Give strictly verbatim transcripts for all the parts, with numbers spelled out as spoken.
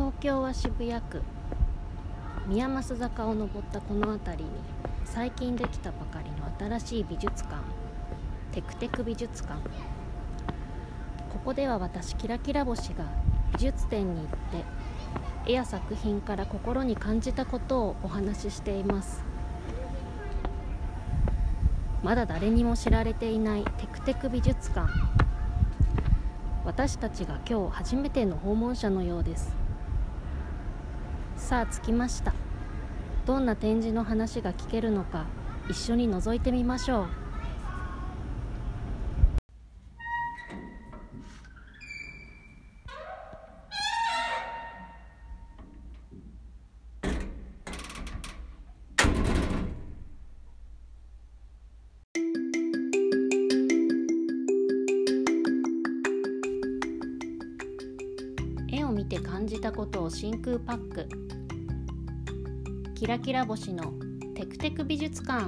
東京は渋谷区宮益坂を登ったこの辺りに最近できたばかりの新しい美術館、テクテク美術館。ここでは私キラキラ星が美術展に行って絵や作品から心に感じたことをお話ししています。まだ誰にも知られていないテクテク美術館、私たちが今日初めての訪問者のようです。さあ着きました。どんな展示の話が聞けるのか一緒に覗いてみましょう。絵を見て感じたことを真空パック、キラキラ星のテクテク美術館。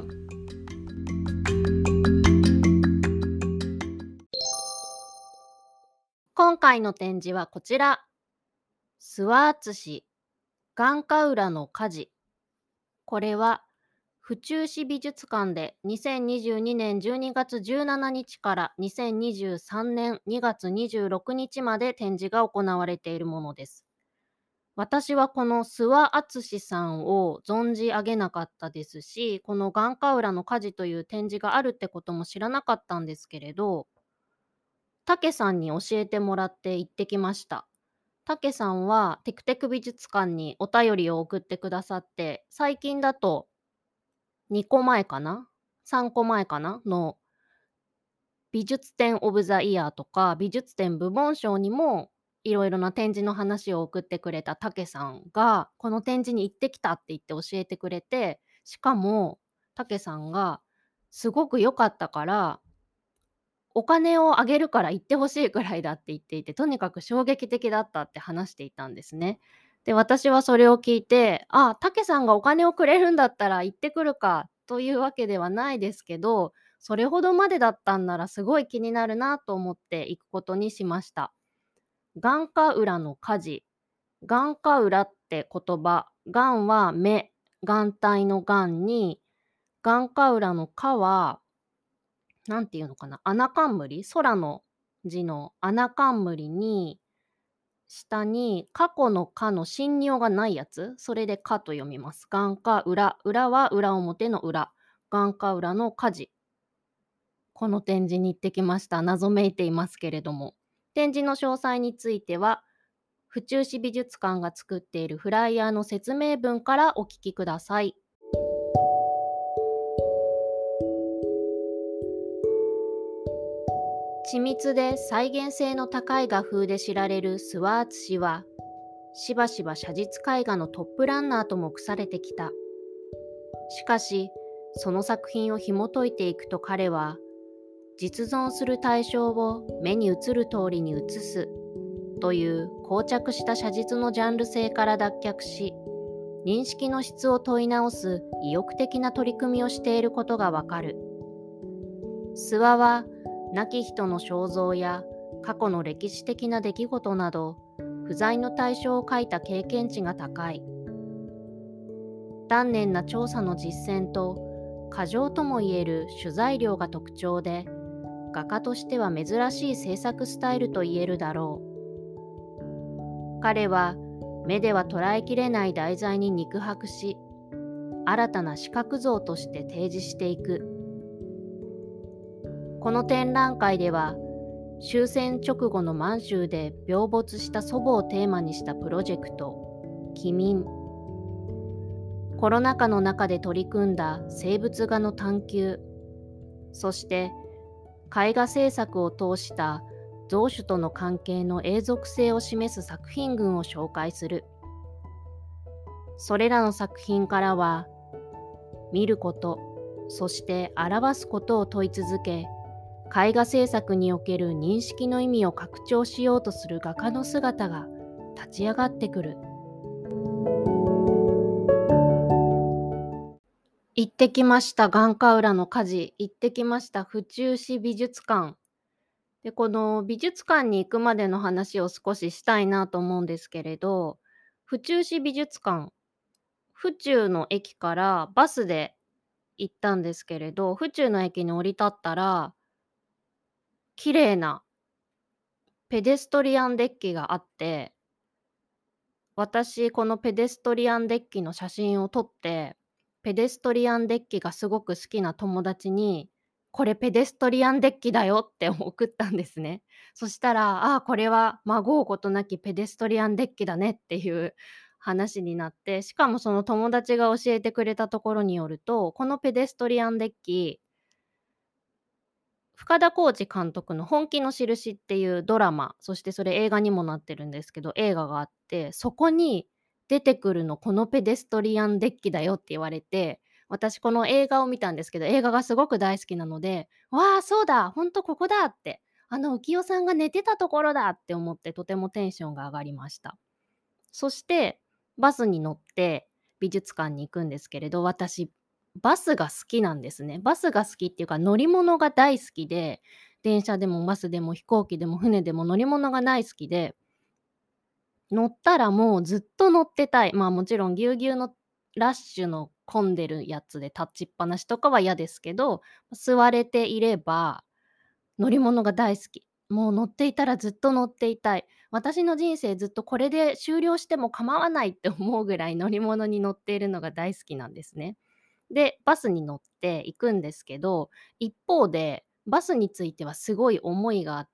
今回の展示はこちら、諏訪敦眼科裏の火事。これは府中市美術館でにせんにじゅうにねんじゅうにがつじゅうしちにちからにせんにじゅうさんねんにがつにじゅうろくにちまで展示が行われているものです。私はこの諏訪敦さんを存じ上げなかったですし、この眼科裏の火事という展示があるってことも知らなかったんですけれど、竹さんに教えてもらって行ってきました。竹さんはテクテク美術館にお便りを送ってくださって、最近だとにこまえかな ?さん 個前かなの美術展オブザイヤーとか美術展部門賞にもいろいろな展示の話を送ってくれたたけさんが、この展示に行ってきたって言って教えてくれて、しかもたけさんがすごく良かったからお金をあげるから行ってほしいくらいだって言っていて、とにかく衝撃的だったって話していたんですね。で、私はそれを聞いて、あ、たけさんがお金をくれるんだったら行ってくるかというわけではないですけど、それほどまでだったんならすごい気になるなと思って行くことにしました。眼科裏の火事。眼科裏って言葉、眼は目、眼帯の眼に、眼科裏の科はなんていうのかな、穴冠、空の字の穴冠に、下に過去の過の信用がないやつ、それで過と読みます。眼科裏、裏は裏表の裏、眼科裏の火事。この展示に行ってきました。謎めいていますけれども。展示の詳細については、府中市美術館が作っているフライヤーの説明文からお聞きください。緻密で再現性の高い画風で知られる諏訪敦は、しばしば写実絵画のトップランナーと目されてきた。しかし、その作品を紐解いていくと彼は、実存する対象を目に映る通りに映すという膠着した写実のジャンル性から脱却し、認識の質を問い直す意欲的な取り組みをしていることがわかる。諏訪は、亡き人の肖像や過去の歴史的な出来事など不在の対象を描いた経験値が高い。丹念な調査の実践と過剰ともいえる取材量が特徴で、画家としては珍しい制作スタイルと言えるだろう。彼は目では捉えきれない題材に肉薄し、新たな視覚像として提示していく。この展覧会では、終戦直後の満州で病没した祖母をテーマにしたプロジェクト、帰民。コロナ禍の中で取り組んだ生物画の探求、そして絵画制作を通した蔵主との関係の永続性を示す作品群を紹介する。それらの作品からは、見ること、そして表すことを問い続け、絵画制作における認識の意味を拡張しようとする画家の姿が立ち上がってくる。行ってきました。眼科裏の火事。行ってきました。府中市美術館。で、この美術館に行くまでの話を少ししたいなと思うんですけれど、 府中市美術館、府中の駅からバスで行ったんですけれど、府中の駅に降り立ったら、綺麗なペデストリアンデッキがあって、私このペデストリアンデッキの写真を撮って、ペデストリアンデッキがすごく好きな友達に、これペデストリアンデッキだよって送ったんですね。そしたら、ああ、これはまごうことなきペデストリアンデッキだねっていう話になって、しかもその友達が教えてくれたところによると、このペデストリアンデッキ、深田晃司監督の本気の印っていうドラマ、そしてそれ映画にもなってるんですけど、映画があって、そこに出てくるのこのペデストリアンデッキだよって言われて、私この映画を見たんですけど、映画がすごく大好きなので、わあ、そうだ、ほんとここだって、あの浮世さんが寝てたところだって思ってとてもテンションが上がりました。そして、バスに乗って美術館に行くんですけれど、私、バスが好きなんですね。バスが好きっていうか、乗り物が大好きで、電車でもバスでも飛行機でも船でも乗り物が大好きで、乗ったらもうずっと乗ってたい。まあ、もちろんぎゅうぎゅうのラッシュの混んでるやつで立ちっぱなしとかは嫌ですけど、座れていれば乗り物が大好き。もう乗っていたらずっと乗っていたい。私の人生ずっとこれで終了しても構わないって思うぐらい乗り物に乗っているのが大好きなんですね。で、バスに乗って行くんですけど、一方でバスについてはすごい思いがあって、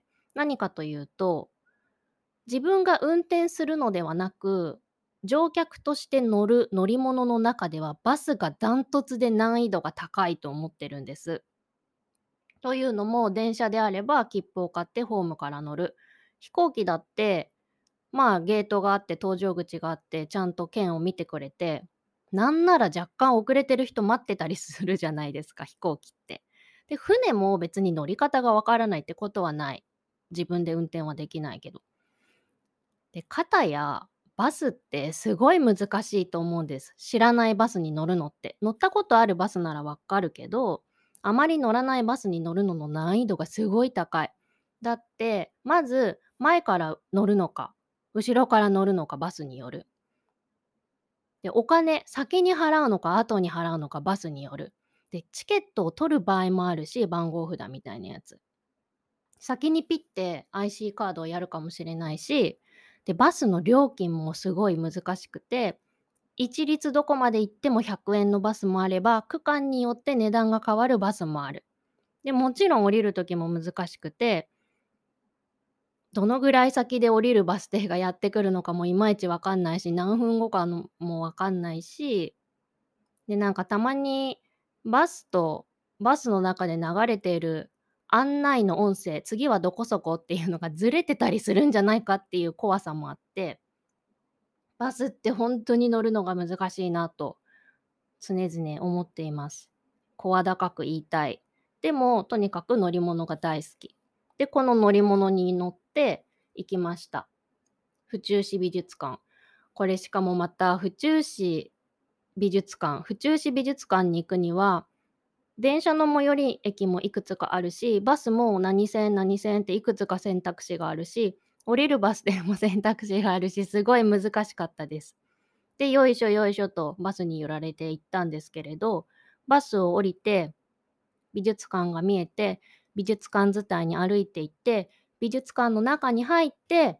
何かというと、自分が運転するのではなく、乗客として乗る乗り物の中ではバスがダントツで難易度が高いと思ってるんです。というのも、電車であれば切符を買ってホームから乗る。飛行機だって、まあ、ゲートがあって搭乗口があって、ちゃんと券を見てくれて、なんなら若干遅れてる人待ってたりするじゃないですか、飛行機って。で、船も別に乗り方がわからないってことはない。自分で運転はできないけど。で、かたや、バスってすごい難しいと思うんです。知らないバスに乗るのって。乗ったことあるバスならわかるけど、あまり乗らないバスに乗るのの難易度がすごい高い。だって、まず前から乗るのか、後ろから乗るのかバスによる。で、お金、先に払うのか後に払うのかバスによる。で、チケットを取る場合もあるし、番号札みたいなやつ。先にピッて アイシー カードをやるかもしれないし、で、バスの料金もすごい難しくて、一律どこまで行ってもひゃくえんのバスもあれば、区間によって値段が変わるバスもある。で、もちろん降りる時も難しくて、どのぐらい先で降りるバス停がやってくるのかもいまいちわかんないし、何分後かのもわかんないし、で、なんかたまにバスとバスの中で流れている案内の音声、次はどこそこっていうのがずれてたりするんじゃないかっていう怖さもあって、バスってほんとに乗るのが難しいなと常々思っています。声高く言いたい。でも、とにかく乗り物が大好き。で、この乗り物に乗って行きました。府中市美術館。これしかもまた府中市美術館府中市美術館に行くには、電車の最寄り駅もいくつかあるし、バスも何線何線っていくつか選択肢があるし、降りるバス停も選択肢があるし、すごい難しかったです。で、よいしょよいしょとバスに揺られて行ったんですけれど、バスを降りて、美術館が見えて、美術館伝いに歩いて行って、美術館の中に入って、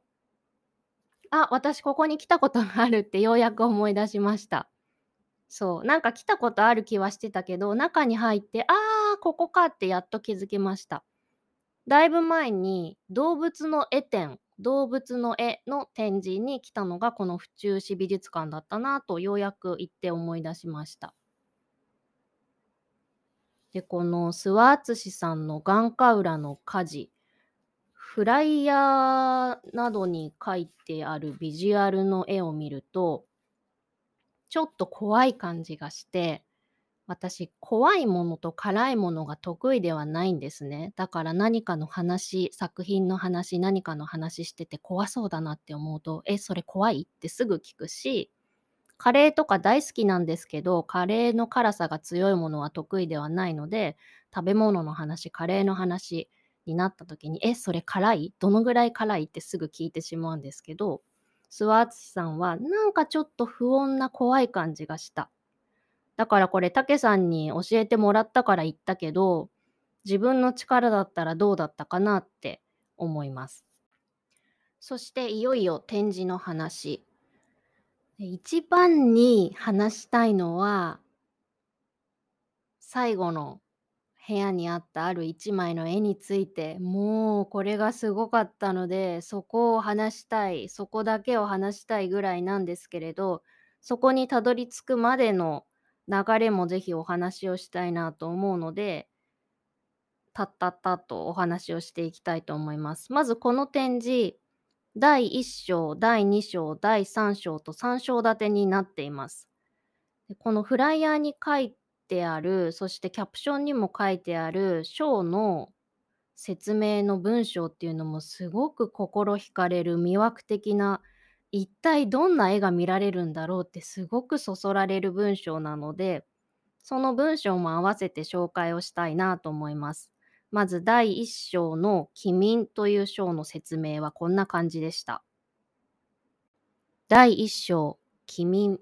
あ、私ここに来たことがあるってようやく思い出しました。そう、なんか来たことある気はしてたけど、中に入って、ああ、ここかってやっと気づきました。だいぶ前に動物の絵展、動物の絵の展示に来たのがこの府中市美術館だったなとようやく行って思い出しました。で、この諏訪敦さんの眼科裏の火事、フライヤーなどに書いてあるビジュアルの絵を見ると、ちょっと怖い感じがして、私、怖いものと辛いものが得意ではないんですね。だから何かの話、作品の話、何かの話してて怖そうだなって思うと、え、それ怖いってすぐ聞くし、カレーとか大好きなんですけど、カレーの辛さが強いものは得意ではないので、食べ物の話、カレーの話になった時に、え、それ辛い？どのぐらい辛い？ってすぐ聞いてしまうんですけど、 諏訪敦さんはなんかちょっと不穏な怖い感じがした。だからこれ、たけさんに教えてもらったから言ったけど、自分の力だったらどうだったかなって思います。そしていよいよ展示の話。で一番に話したいのは、最後の部屋にあったある一枚の絵について、もうこれがすごかったので、そこを話したい、そこだけを話したいぐらいなんですけれど、そこにたどり着くまでの流れもぜひお話をしたいなと思うので、たったったとお話をしていきたいと思います。まずこの展示、だいいっ章、だいに章、だいさん章とさん章立てになっています。でこのフライヤーに書いてある、そしてキャプションにも書いてある章の説明の文章っていうのもすごく心惹かれる魅惑的な、一体どんな絵が見られるんだろうってすごくそそられる文章なので、その文章も合わせて紹介をしたいなと思います。まずだいいっ章の「機民」という章の説明はこんな感じでした。だいいっ章機民。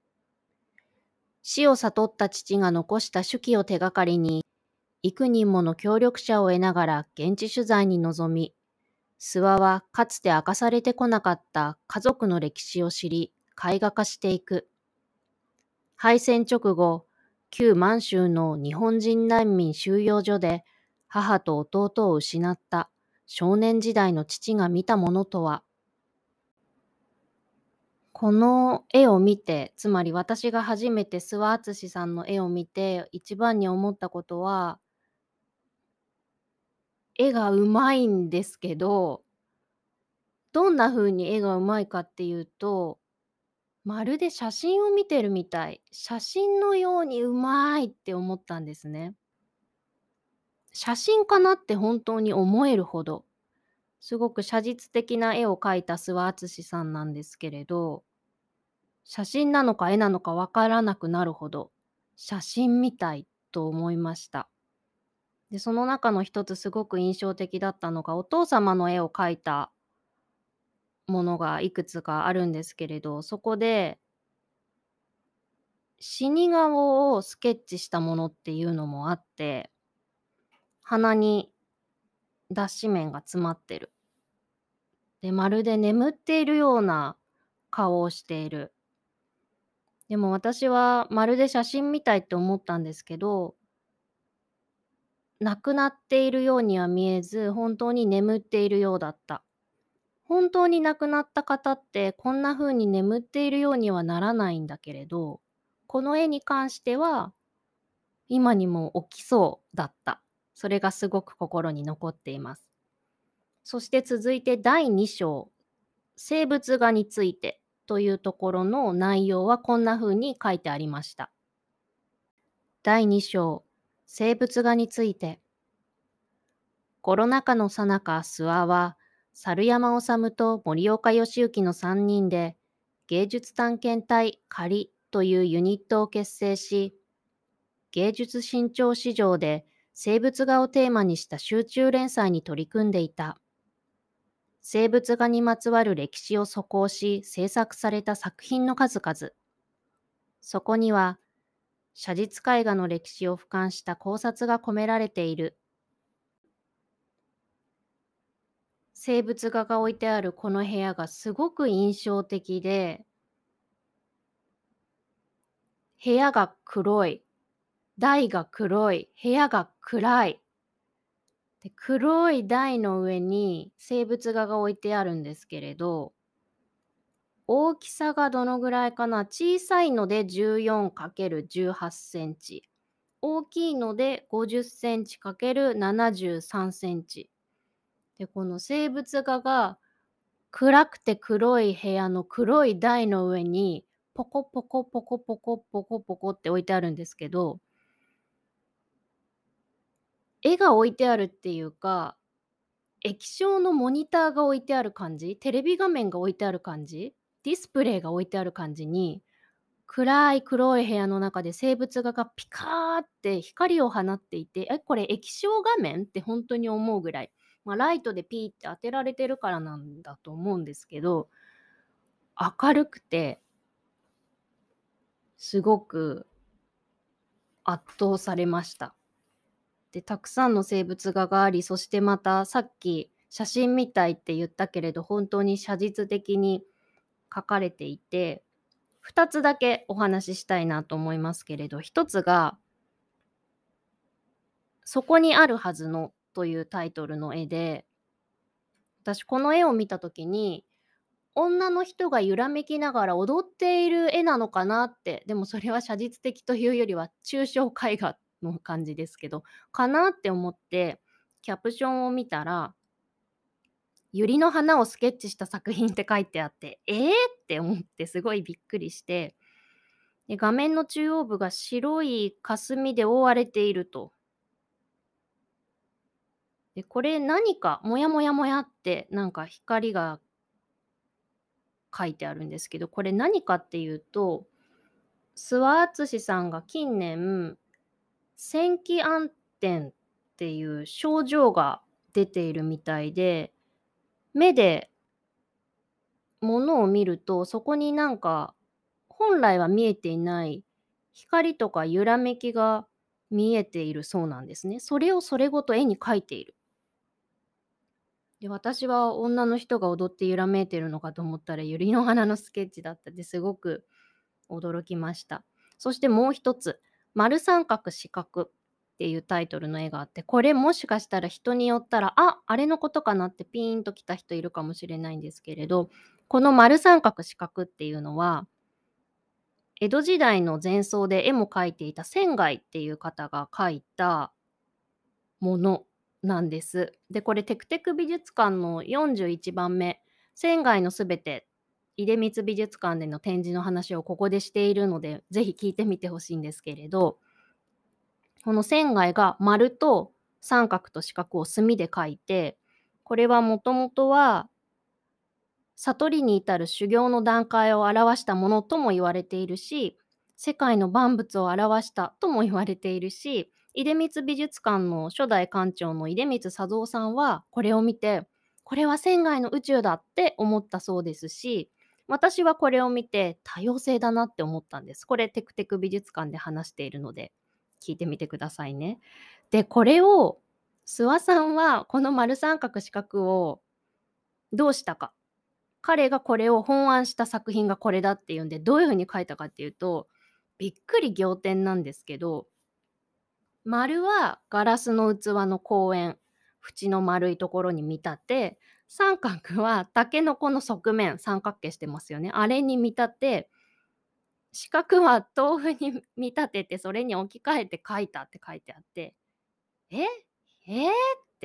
死を悟った父が残した手記を手がかりに、幾人もの協力者を得ながら現地取材に臨み、諏訪はかつて明かされてこなかった家族の歴史を知り、絵画化していく。敗戦直後、旧満州の日本人難民収容所で母と弟を失った少年時代の父が見たものとは。この絵を見て、つまり私が初めて諏訪敦さんの絵を見て、一番に思ったことは、絵がうまいんですけど、どんな風に絵がうまいかっていうと、まるで写真を見てるみたい、写真のようにうまいって思ったんですね。写真かなって本当に思えるほど、すごく写実的な絵を描いた諏訪敦さんなんですけれど、写真なのか絵なのかわからなくなるほど、写真みたいと思いました。で、その中の一つすごく印象的だったのが、お父様の絵を描いたものがいくつかあるんですけれど、そこで死に顔をスケッチしたものっていうのもあって、鼻に脱脂綿が詰まってる。で、まるで眠っているような顔をしている。でも私はまるで写真みたいって思ったんですけど、亡くなっているようには見えず、本当に眠っているようだった。本当に亡くなった方ってこんな風に眠っているようにはならないんだけれど、この絵に関しては今にも起きそうだった。それがすごく心に残っています。そして続いてだいに章、生物画についてというところの内容はこんな風に書いてありました。だいに章、生物画について。コロナ禍の最中、諏訪は、猿山治と森岡義行のさんにんで、芸術探検隊仮というユニットを結成し、芸術新潮市場で生物画をテーマにした集中連載に取り組んでいた。生物画にまつわる歴史を素行し制作された作品の数々。そこには、写実絵画の歴史を俯瞰した考察が込められている。生物画が置いてあるこの部屋がすごく印象的で、部屋が黒い、台が黒い、部屋が暗い。で、黒い台の上に生物画が置いてあるんですけれど、大きさがどのぐらいかな、小さいので じゅうよんかけるじゅうはち センチ。大きいのでごじゅっセンチ × ななじゅうさんセンチ。で、この生物画が暗くて黒い部屋の黒い台の上にポコポコポコポコポコポコって置いてあるんですけど、絵が置いてあるっていうか、液晶のモニターが置いてある感じ、テレビ画面が置いてある感じ、ディスプレイが置いてある感じに、暗い黒い部屋の中で生物画がピカーって光を放っていて、え、これ液晶画面って本当に思うぐらい、まあ、ライトでピーって当てられてるからなんだと思うんですけど、 明るくてすごく圧倒されました。で、たくさんの生物画があり、そしてまたさっき写真みたいって言ったけれど、本当に写実的に描かれていて、ふたつだけお話ししたいなと思いますけれど、ひとつがそこにあるはずのというタイトルの絵で、私この絵を見た時に、女の人が揺らめきながら踊っている絵なのかなって、でもそれは写実的というよりは抽象絵画の感じですけど、かなって思ってキャプションを見たら、百合の花をスケッチした作品って書いてあって、えーって思ってすごいびっくりして、で、画面の中央部が白い霞で覆われていると。で、これ何かモヤモヤモヤってなんか光が書いてあるんですけど、これ何かっていうと、諏訪敦さんが近年、線気暗転っていう症状が出ているみたいで、目で物を見ると、そこになんか本来は見えていない光とか揺らめきが見えているそうなんですね。それをそれごと絵に描いている。で、私は女の人が踊って揺らめいてるのかと思ったら、百合の花のスケッチだったですごく驚きました。そしてもう一つ、丸三角四角っていうタイトルの絵があって、これもしかしたら人によったら、あ、あれのことかなってピーンときた人いるかもしれないんですけれど、この丸三角四角っていうのは、江戸時代の前奏で絵も描いていた仙っていう方が描いたものなんです。で、これテクテク美術館のよんじゅういちばんめ、仙のすべて、出光美術館での展示の話をここでしているので、ぜひ聞いてみてほしいんですけれど、この仙が丸と三角と四角を墨で描いて、これはもともとは悟りに至る修行の段階を表したものとも言われているし、世界の万物を表したとも言われているし、出光美術館の初代館長の出光佐三さんはこれを見て、これは仙外の宇宙だって思ったそうですし、私はこれを見て多様性だなって思ったんです。これテクテク美術館で話しているので聞いてみてくださいね。で、これを諏訪さんはこの丸三角四角をどうしたか。彼がこれを本案した作品がこれだっていうんで、どういう風に書いたかっていうと、びっくり仰天なんですけど、丸はガラスの器の後円、縁の丸いところに見立て、三角はタケノコの側面、三角形してますよね。あれに見立て、四角は豆腐に見立てて、それに置き換えて書いたって書いてあって、ええーって、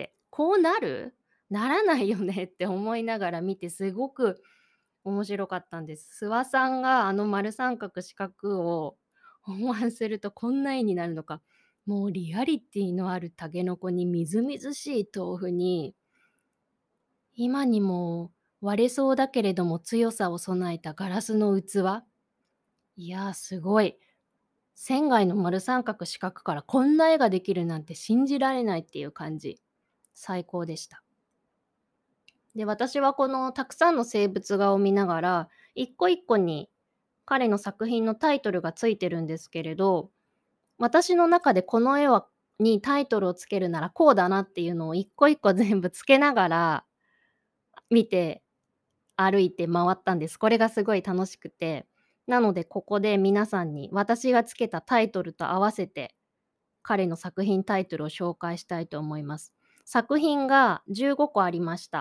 こうなるならないよねって思いながら見て、すごく面白かったんです。諏訪さんがあの丸三角四角を考案するとこんな絵になるのか。もうリアリティのあるタケノコにみずみずしい豆腐に、今にも割れそうだけれども強さを備えたガラスの器。いやーすごい。仙外の丸三角四角からこんな絵ができるなんて信じられないっていう感じ。最高でした。で、私はこのたくさんの生物画を見ながら、一個一個に彼の作品のタイトルがついてるんですけれど、私の中でこの絵はにタイトルをつけるならこうだなっていうのを一個一個全部つけながら見て歩いて回ったんです。これがすごい楽しくて。なのでここで皆さんに私がつけたタイトルと合わせて彼の作品タイトルを紹介したいと思います。作品がじゅうごこありました。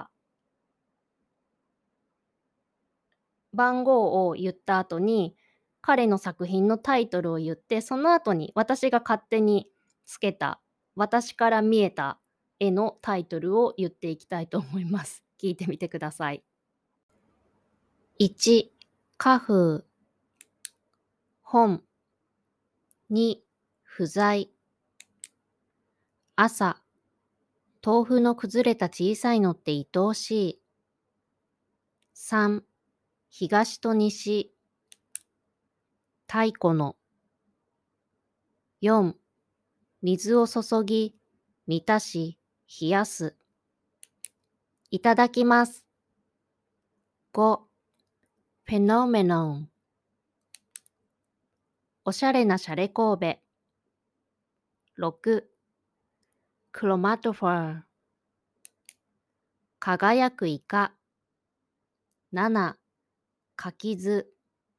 番号を言った後に、彼の作品のタイトルを言って、その後に私が勝手につけた、私から見えた絵のタイトルを言っていきたいと思います。聞いてみてください。いち、家風。本。に、不在。朝。豆腐の崩れた小さいのって愛おしい。さん、東と西。太古の。よん、水を注ぎ、満たし、冷やす。いただきます。ご、 phenomenon おしゃれなシャレ神戸。ろく chromatophore 輝くイカ。なな柿図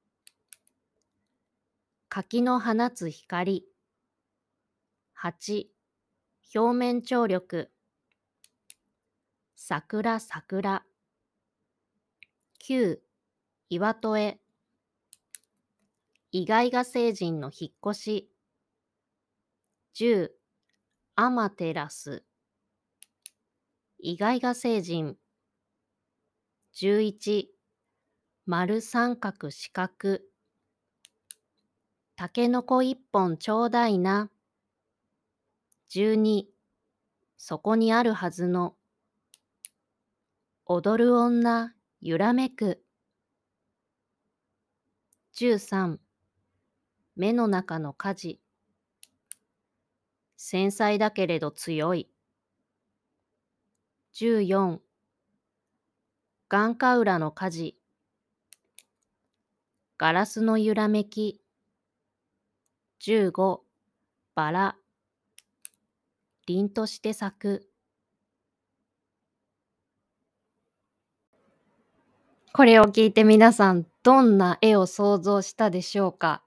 柿の放つ光。はち表面張力。桜桜。きゅう岩戸絵。意外が星人の引っ越し。じゅうアマテラス。意外が星人。じゅういち丸三角四角。たけのこ一本ちょうだいな。じゅうにそこにあるはずの。踊る女揺らめく。じゅうさん目の中の火事。繊細だけれど強い。じゅうよん眼科裏の火事。ガラスの揺らめき。じゅうごバラ。凛として咲く。これを聞いて皆さんどんな絵を想像したでしょうか。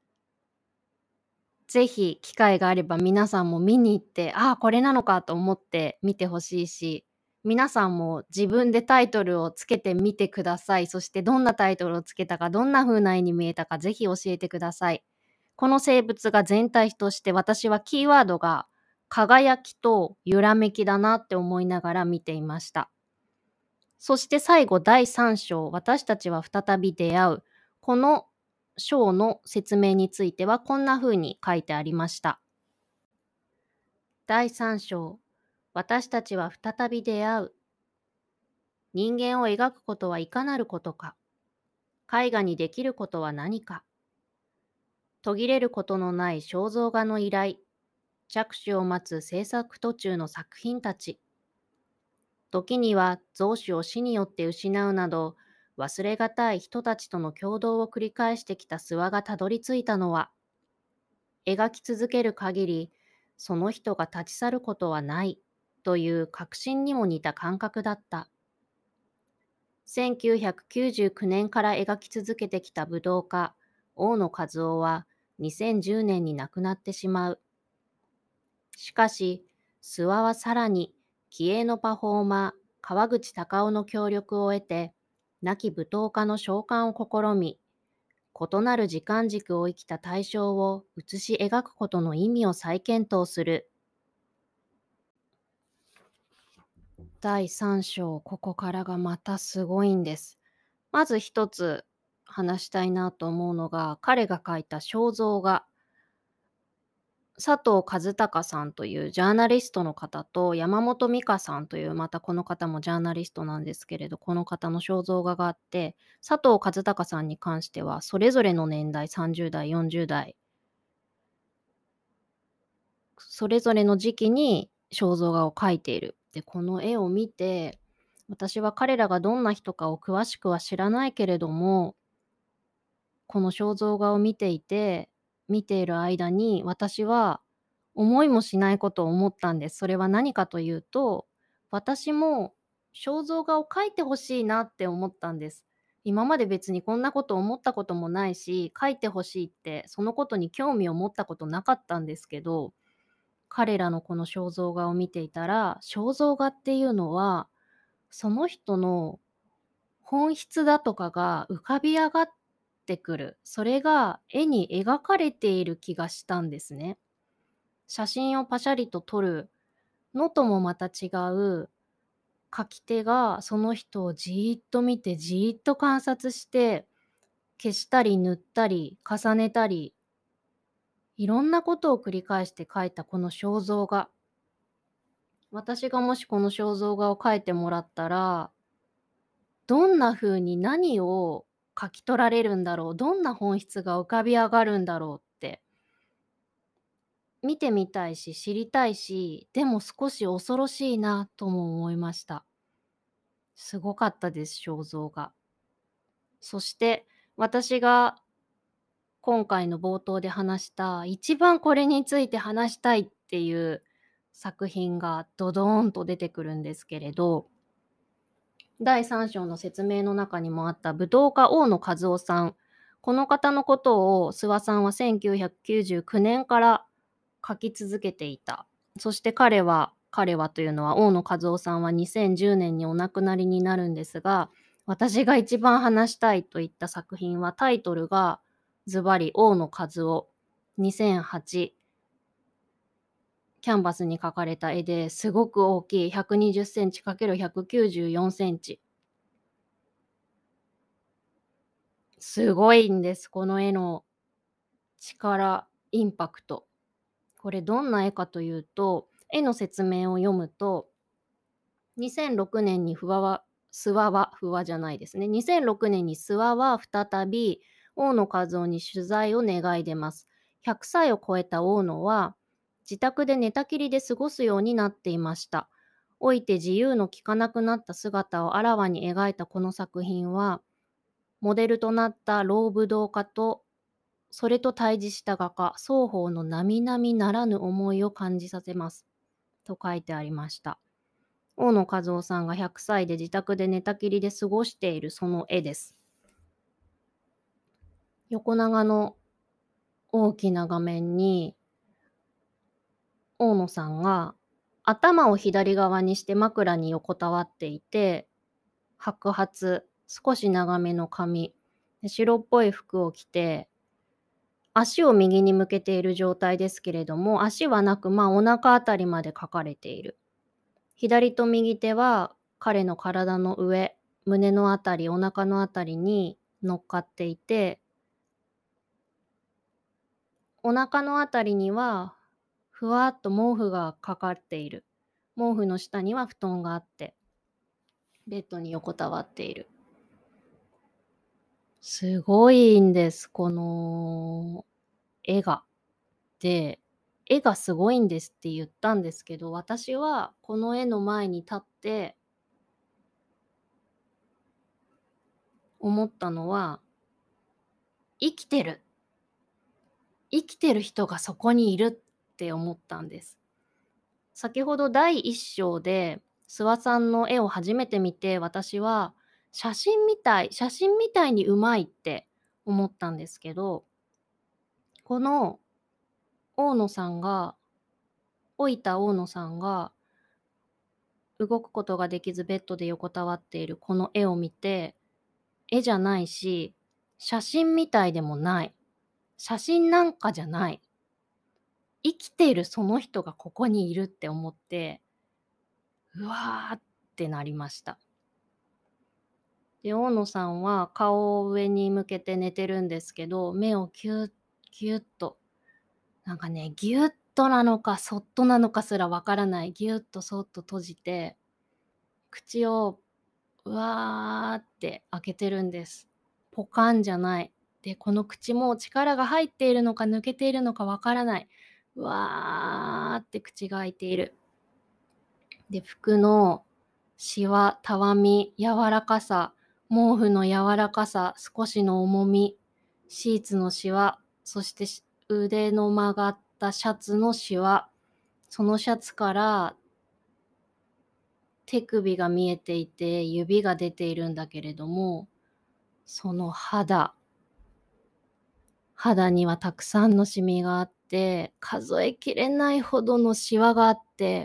ぜひ機会があれば皆さんも見に行って、ああ、これなのかと思って見てほしいし、皆さんも自分でタイトルをつけてみてください。そしてどんなタイトルをつけたか、どんな風な絵に見えたか、ぜひ教えてください。この生物が全体として私はキーワードが輝きと揺らめきだなって思いながら見ていました。そして最後だいさん章、私たちは再び出会う。この章の説明についてはこんな風に書いてありました。だいさん章、私たちは再び出会う。人間を描くことはいかなることか。絵画にできることは何か。途切れることのない肖像画の依頼。着手を待つ制作途中の作品たち。時には増子を死によって失うなど、忘れがたい人たちとの共同を繰り返してきた諏訪がたどり着いたのは、描き続ける限り、その人が立ち去ることはないという確信にも似た感覚だった。せんきゅうひゃくきゅうじゅうきゅうねんから描き続けてきた武道家、大野和夫はにせんじゅうねんに亡くなってしまう。しかし、諏訪はさらに、気鋭のパフォーマー、川口隆夫の協力を得て、亡き舞踏家の召喚を試み、異なる時間軸を生きた対象を写し描くことの意味を再検討する。だいさん章、ここからがまたすごいんです。まず一つ話したいなと思うのが、彼が描いた肖像画。佐藤和孝さんというジャーナリストの方と山本美香さんというまたこの方もジャーナリストなんですけれど、この方の肖像画があって、佐藤和孝さんに関してはそれぞれの年代さんじゅう代よんじゅう代それぞれの時期に肖像画を描いている。でこの絵を見て、私は彼らがどんな人かを詳しくは知らないけれども、この肖像画を見ていて見ている間に私は思いもしないことを思ったんです。それは何かというと、私も肖像画を描いてほしいなって思ったんです。今まで別にこんなこと思ったこともないし、描いてほしいってそのことに興味を持ったことなかったんですけど、彼らのこの肖像画を見ていたら、肖像画っていうのは、その人の本質だとかが浮かび上がってくる。それが絵に描かれている気がしたんですね。写真をパシャリと撮るのともまた違う、描き手がその人をじーっと見てじーっと観察して、消したり塗ったり重ねたり、いろんなことを繰り返して描いたこの肖像画。私がもしこの肖像画を描いてもらったら、どんな風に何を描き取られるんだろう、どんな本質が浮かび上がるんだろうって見てみたいし知りたいし、でも少し恐ろしいなとも思いました。すごかったです、肖像画。 そして私が今回の冒頭で話した一番これについて話したいっていう作品がドドーンと出てくるんですけれど、だいさん章の説明の中にもあった武道家大野和夫さん。この方のことを諏訪さんはせんきゅうひゃくきゅうじゅうきゅうねんから書き続けていた。そして彼は彼はというのは大野和夫さんはにせんじゅうねんにお亡くなりになるんですが、私が一番話したいといった作品はタイトルがズバリ大野和夫にせんはちキャンバスに描かれた絵ですごく大きいひゃくにじゅっセンチ ×ひゃくきゅうじゅうよんセンチ。すごいんです、この絵の力、インパクト。これどんな絵かというと、絵の説明を読むと、にせんろくねんに不破は諏訪は不破じゃないですね。にせんろくねんに諏訪は再び大野和夫に取材を願い出ます。ひゃくさいを超えた大野は自宅で寝たきりで過ごすようになっていました。老いて自由の利かなくなった姿をあらわに描いたこの作品は、モデルとなった老武道家とそれと対峙した画家双方の並々ならぬ思いを感じさせますと書いてありました。大野和夫さんがひゃくさいで自宅で寝たきりで過ごしているその絵です。横長の大きな画面に大野さんが頭を左側にして枕に横たわっていて、白髪、少し長めの髪、白っぽい服を着て、足を右に向けている状態ですけれども、足はなく、まあお腹あたりまで描かれている。左と右手は彼の体の上、胸のあたり、お腹のあたりに乗っかっていて、お腹のあたりにはふわっと毛布がかかっている。毛布の下には布団があって、ベッドに横たわっている。すごいんです、この絵が。で、絵がすごいんですって言ったんですけど、私はこの絵の前に立って思ったのは、生きてる。生きてる人がそこにいるって思ったんです。先ほどだいいっ章で諏訪さんの絵を初めて見て、私は写真みたい、写真みたいにうまいって思ったんですけど、この大野さんが、老いた大野さんが動くことができずベッドで横たわっているこの絵を見て、絵じゃないし、写真みたいでもない。写真なんかじゃない。生きているその人がここにいるって思って、うわーってなりました。で、大野さんは顔を上に向けて寝てるんですけど、目をキュッ、ギュッと、なんかね、ギュッとなのか、そっとなのかすらわからない、ギュッとそっと閉じて、口をうわーって開けてるんです。ポカンじゃない。で、この口も力が入っているのか抜けているのかわからない。うわーって口が開いている。で、服のシワ、たわみ、柔らかさ、毛布の柔らかさ、少しの重み、シーツのシワ、そしてし腕の曲がったシャツのシワ、そのシャツから手首が見えていて指が出ているんだけれども、その肌、肌にはたくさんのシミがあって、数えきれないほどのシワがあって、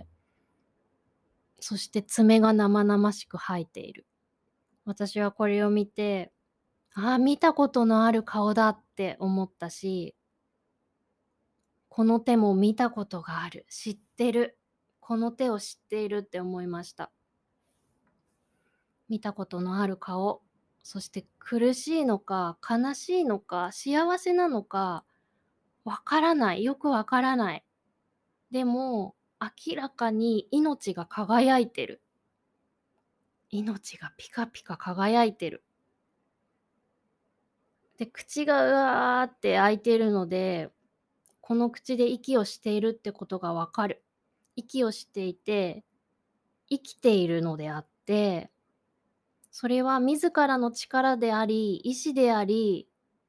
そして爪が生々しく生えている。私はこれを見て、ああ、見たことのある顔だって思ったし、この手も見たことがある。知ってる。この手を知っているって思いました。見たことのある顔。そして苦しいのか、悲しいのか、幸せなのか、わからない。よくわからない。でも、明らかに命が輝いてる。命がピカピカ輝いてる。で、口がうわーって開いてるので、この口で息をしているってことがわかる。息をしていて、生きているのであって、 それは自らの力であり、意志であり、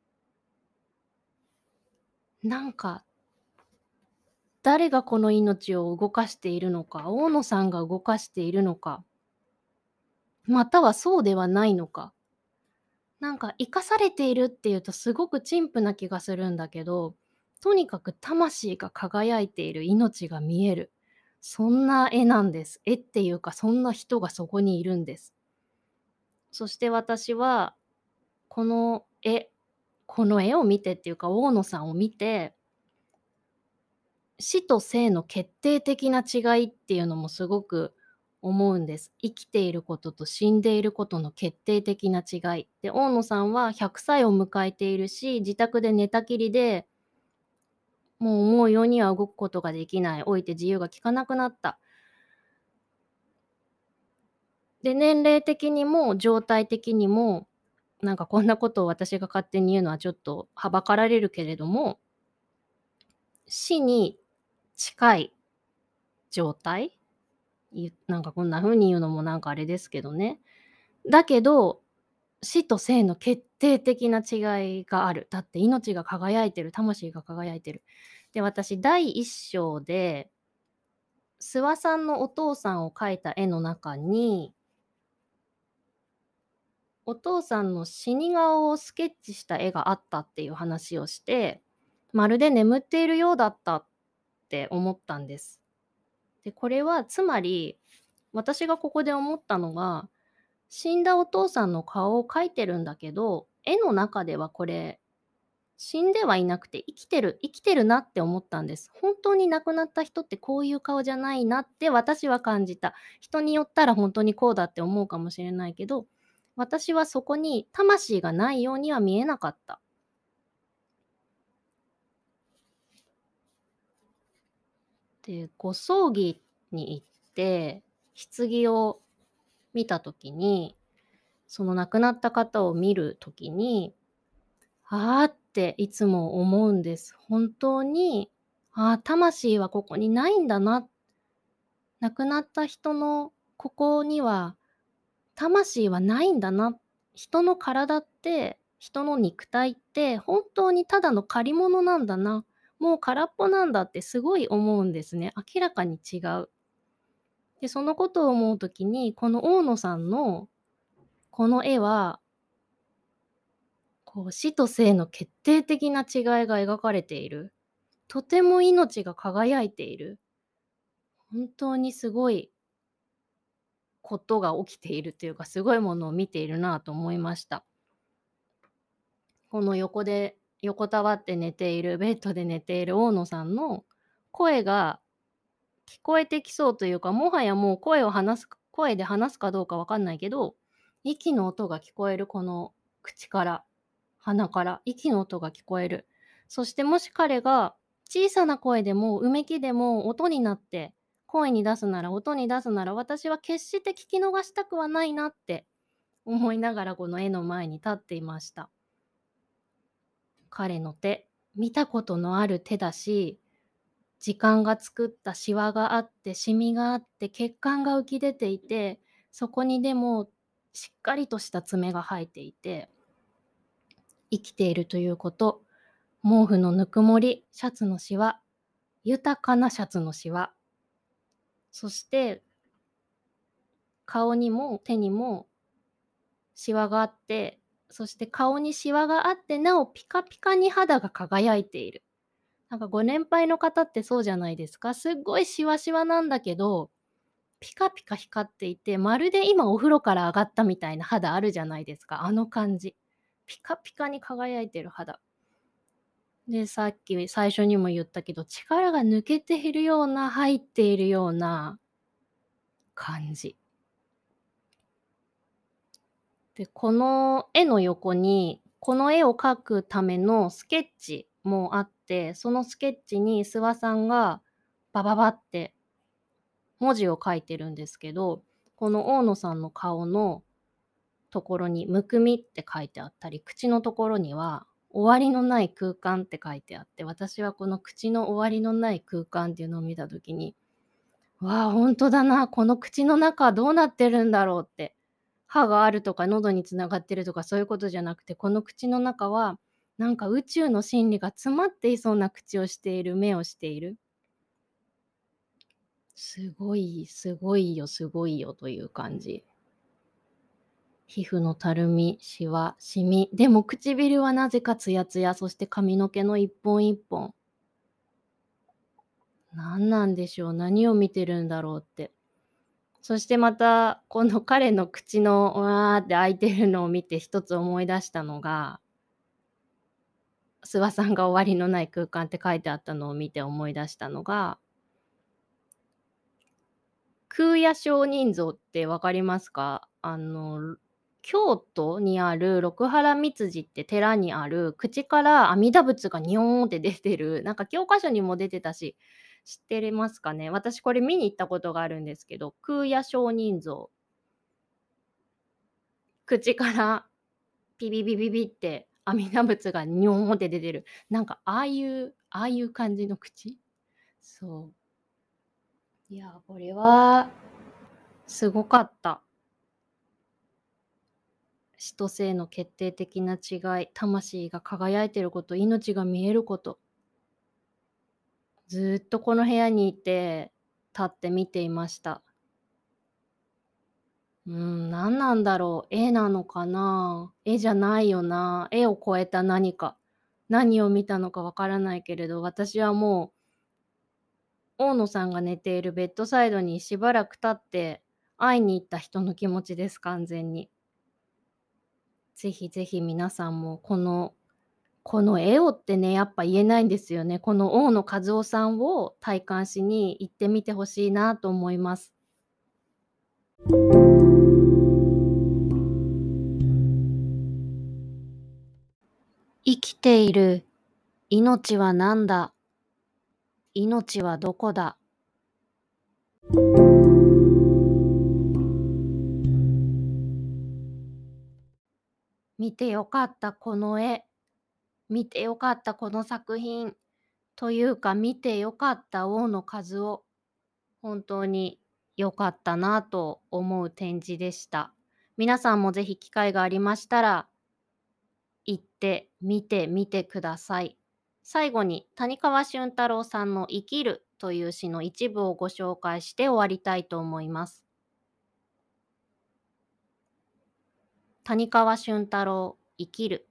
なんか誰がこの命を動かしているのか、大野さんが動かしているのか、またはそうではないのか。なんか生かされているっていうとすごく陳腐な気がするんだけど、とにかく魂が輝いている、命が見える。そんな絵なんです。絵っていうか、そんな人がそこにいるんです。そして私は、この絵この絵を見てっていうか、大野さんを見て、死と生の決定的な違いっていうのもすごく思うんです。生きていることと死んでいることの決定的な違い。で、大野さんはひゃくさいを迎えているし、自宅で寝たきりで、もう思うようには動くことができない、老いて自由が利かなくなった。で、年齢的にも状態的にも、なんかこんなことを私が勝手に言うのはちょっとはばかられるけれども、死に近い状態いなんかこんな風に言うのもなんかあれですけどね。だけど、死と生の決定的な違いがある。だって命が輝いてる、魂が輝いてる。で、私だいいっ章で、諏訪さんのお父さんを描いた絵の中に、お父さんの死に顔をスケッチした絵があったっていう話をして、まるで眠っているようだったって思ったんです。で、これはつまり、私がここで思ったのが、死んだお父さんの顔を描いてるんだけど、絵の中ではこれ、死んではいなくて生きてる生きてるなって思ったんです。本当に亡くなった人ってこういう顔じゃないなって私は感じた。人によったら本当にこうだって思うかもしれないけど、私はそこに魂がないようには見えなかった。で、ご葬儀に行って、棺を見た時に、その亡くなった方を見る時に、ああっていつも思うんです。本当に、ああ、魂はここにないんだな。亡くなった人のここには魂はないんだな。人の体って、人の肉体って本当にただの借り物なんだな。もう空っぽなんだってすごい思うんですね。明らかに違う。で、そのことを思う時に、この大野さんのこの絵は、こう死と生の決定的な違いが描かれている。とても命が輝いている。本当にすごいことが起きているというか、すごいものを見ているなと思いました。この横で横たわって寝ている、ベッドで寝ている大野さんの声が聞こえてきそうというか、もはやもう声を話す声で話すかどうかわかんないけど、息の音が聞こえる、この口から、鼻から息の音が聞こえる。そしてもし彼が小さな声でもうめきでも音になって声に出すなら音に出すなら、私は決して聞き逃したくはないなって思いながらこの絵の前に立っていました。彼の手、見たことのある手だし、時間が作ったシワがあって、シミがあって、血管が浮き出ていて、そこにでもしっかりとした爪が生えていて、生きているということ、毛布のぬくもり、シャツのシワ、豊かなシャツのシワ、そして顔にも手にもシワがあって、そして顔にシワがあって、なおピカピカに肌が輝いている。なんかご年配の方ってそうじゃないですか。すっごいシワシワなんだけど、ピカピカ光っていて、まるで今お風呂から上がったみたいな肌あるじゃないですか。あの感じ。ピカピカに輝いてる肌。で、さっき最初にも言ったけど、力が抜けているような、入っているような感じ。で、この絵の横に、この絵を描くためのスケッチもあって、そのスケッチに諏訪さんがバババって文字を書いてるんですけど、この大野さんの顔のところにむくみって書いてあったり、口のところには終わりのない空間って書いてあって、私はこの口の終わりのない空間っていうのを見た時に、わあ、ほんとだな、この口の中どうなってるんだろうって歯があるとか喉につながってるとかそういうことじゃなくて、この口の中はなんか宇宙の真理が詰まっていそうな口をしている、目をしている。すごい、すごいよ、すごいよという感じ。皮膚のたるみ、シワ、シミ。でも唇はなぜかツヤツヤ、そして髪の毛の一本一本。何なんでしょう、何を見てるんだろうって。そしてまた、この彼の口のうわーって開いてるのを見て一つ思い出したのが、諏訪さんが終わりのない空間って書いてあったのを見て思い出したのが、空也上人像ってわかりますか？あの、京都にある六波羅蜜寺って寺にある、口から阿弥陀仏がニョーンって出てる、なんか教科書にも出てたし、知ってますかね？私これ見に行ったことがあるんですけど、空也上人像。口からピピピピピって阿弥陀仏がニョーンって出てる。なんかああいうああいう感じの口？そう。いや、これはすごかった。死と生の決定的な違い、魂が輝いてること、命が見えること。ずっとこの部屋にいて、立って見ていました。うーん、何なんだろう。絵なのかな？絵じゃないよな。絵を超えた何か。何を見たのかわからないけれど、私はもう、大野さんが寝ているベッドサイドにしばらく立って、会いに行った人の気持ちです、完全に。ぜひぜひ皆さんもこのこの絵をってね、やっぱ言えないんですよね。この大野一雄さんを体感しに行ってみてほしいなと思います。生きている。命は何だ。命はどこだ。見てよかったこの絵。見てよかったこの作品。というか見てよかった大野一雄。本当に良かったなと思う展示でした。皆さんもぜひ機会がありましたら行ってみてみてください。最後に谷川俊太郎さんの生きるという詩の一部をご紹介して終わりたいと思います。谷川俊太郎、生きる。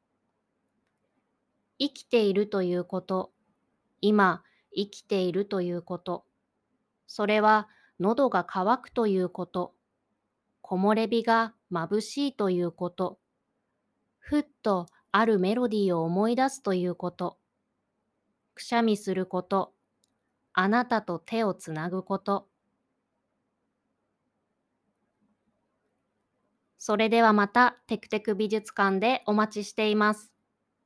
生きているということ、今生きているということ、それは喉が渇くということ、木漏れ日が眩しいということ、ふっとあるメロディーを思い出すということ、くしゃみすること、あなたと手をつなぐこと。それではまたテクテク美術館でお待ちしています。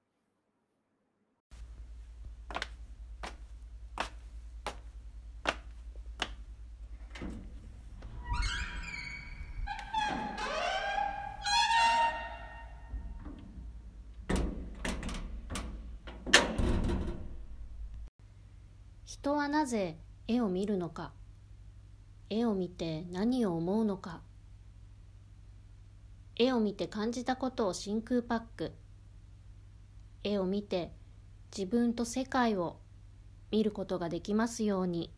人はなぜ絵を見るのか。絵を見て何を思うのか。絵を見て感じたことを真空パック。絵を見て自分と世界を見ることができますように。